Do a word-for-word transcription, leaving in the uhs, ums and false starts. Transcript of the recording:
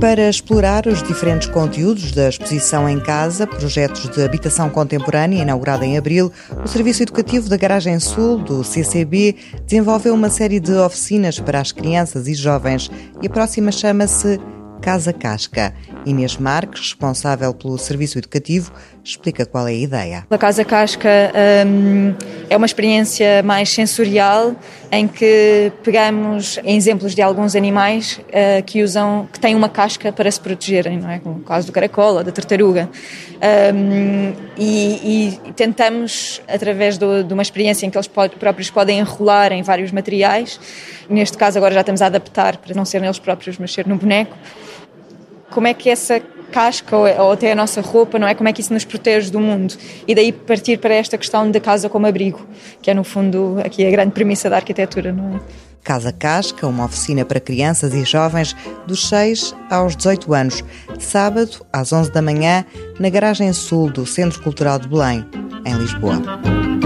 Para explorar os diferentes conteúdos da exposição em casa, projetos de habitação contemporânea, inaugurada em abril, o Serviço Educativo da Garagem Sul, do C C B, desenvolveu uma série de oficinas para as crianças e jovens e a próxima chama-se Casa Casca. Inês Marques, responsável pelo Serviço Educativo, explica qual é a ideia. A Casa Casca hum, é uma experiência mais sensorial em que pegamos em exemplos de alguns animais uh, que usam, que têm uma casca para se protegerem, não é? Como o caso do caracol ou da tartaruga. Um, e, e tentamos, através do, de uma experiência em que eles pod, próprios podem enrolar em vários materiais, neste caso agora já estamos a adaptar para não serem eles próprios, mas ser no boneco, como é que essa casca ou, ou até a nossa roupa, não é? Como é que isso nos protege do mundo? E daí partir para esta questão da casa como abrigo, que é no fundo aqui a grande premissa da arquitetura, não é? Casa Casca, uma oficina para crianças e jovens dos seis aos dezoito anos, sábado às onze da manhã, na Garagem Sul do Centro Cultural de Belém, em Lisboa.